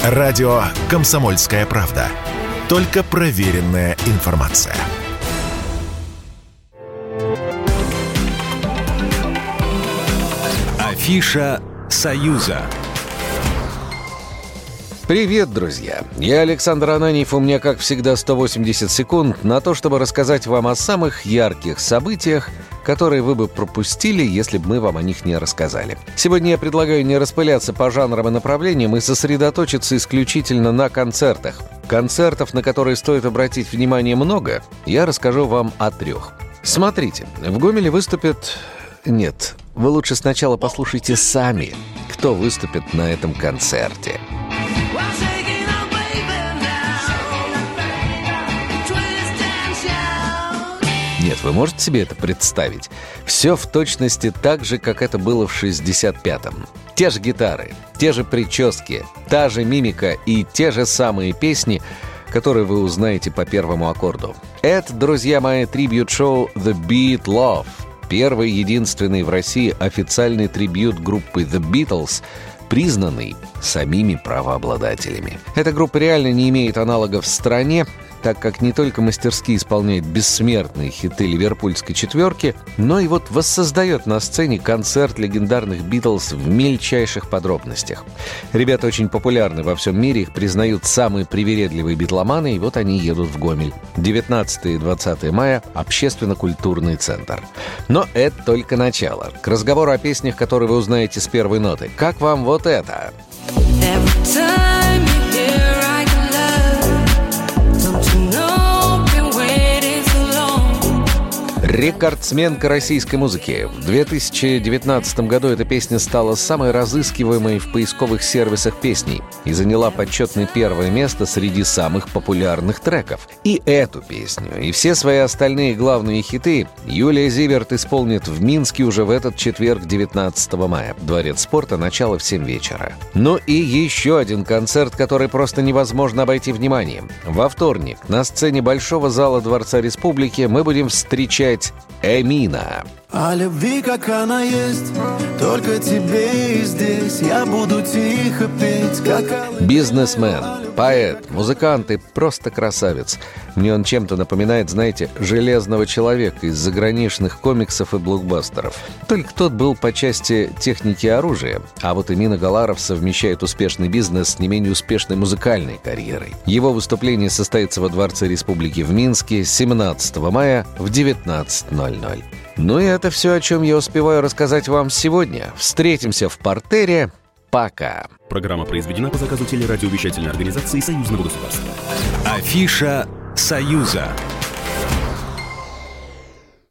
Радио «Комсомольская правда». Только проверенная информация. Афиша «Союза». Привет, друзья! Я Александр Ананьев, у меня, как всегда, 180 секунд на то, чтобы рассказать вам о самых ярких событиях, которые вы бы пропустили, если бы мы вам о них не рассказали. Сегодня я предлагаю не распыляться по жанрам и направлениям и сосредоточиться исключительно на концертах. Концертов, на которые стоит обратить внимание, много. Я расскажу вам о 3. Смотрите, в Гомеле выступят... Нет, вы лучше сначала послушайте сами, кто выступит на этом концерте. Нет, вы можете себе это представить? Все в точности так же, как это было в 65-м. Те же гитары, те же прически, та же мимика и те же самые песни, которые вы узнаете по первому аккорду. Это, друзья мои, трибьют-шоу «The Beat Love». Первый и единственный в России официальный трибьют группы «The Beatles», признанный самими правообладателями. Эта группа реально не имеет аналогов в стране, так как не только мастерски исполняет бессмертные хиты ливерпульской четверки, но и вот воссоздает на сцене концерт легендарных «Битлз» в мельчайших подробностях. Ребята очень популярны во всем мире, их признают самые привередливые битломаны, и вот они едут в Гомель. 19 и 20 мая – общественно-культурный центр. Но это только начало. К разговору о песнях, которые вы узнаете с первой ноты. Как вам вот это? Рекордсменка российской музыки. В 2019 году эта песня стала самой разыскиваемой в поисковых сервисах песней и заняла почетное 1 место среди самых популярных треков. И эту песню, и все свои остальные главные хиты Юлия Зиверт исполнит в Минске уже в этот четверг, 19 мая. Дворец спорта, начало в 7 вечера. Ну и еще один концерт, который просто невозможно обойти вниманием. Во вторник на сцене Большого зала Дворца Республики мы будем встречать Эмина. О любви, как она есть, только тебе и здесь я буду тихо петь, как... Бизнесмен, поэт, музыкант и просто красавец. Мне он чем-то напоминает, знаете, Железного человека из заграничных комиксов и блокбастеров. Только тот был по части техники и оружия, а вот Эмин Агаларов совмещает успешный бизнес с не менее успешной музыкальной карьерой. Его выступление состоится во Дворце Республики в Минске 17 мая в 19:00. Ну и это все, о чем я успеваю рассказать вам сегодня. Встретимся в партере. Пока. Программа произведена по заказу телерадиовещательной организации Союзного государства. Афиша «Союза».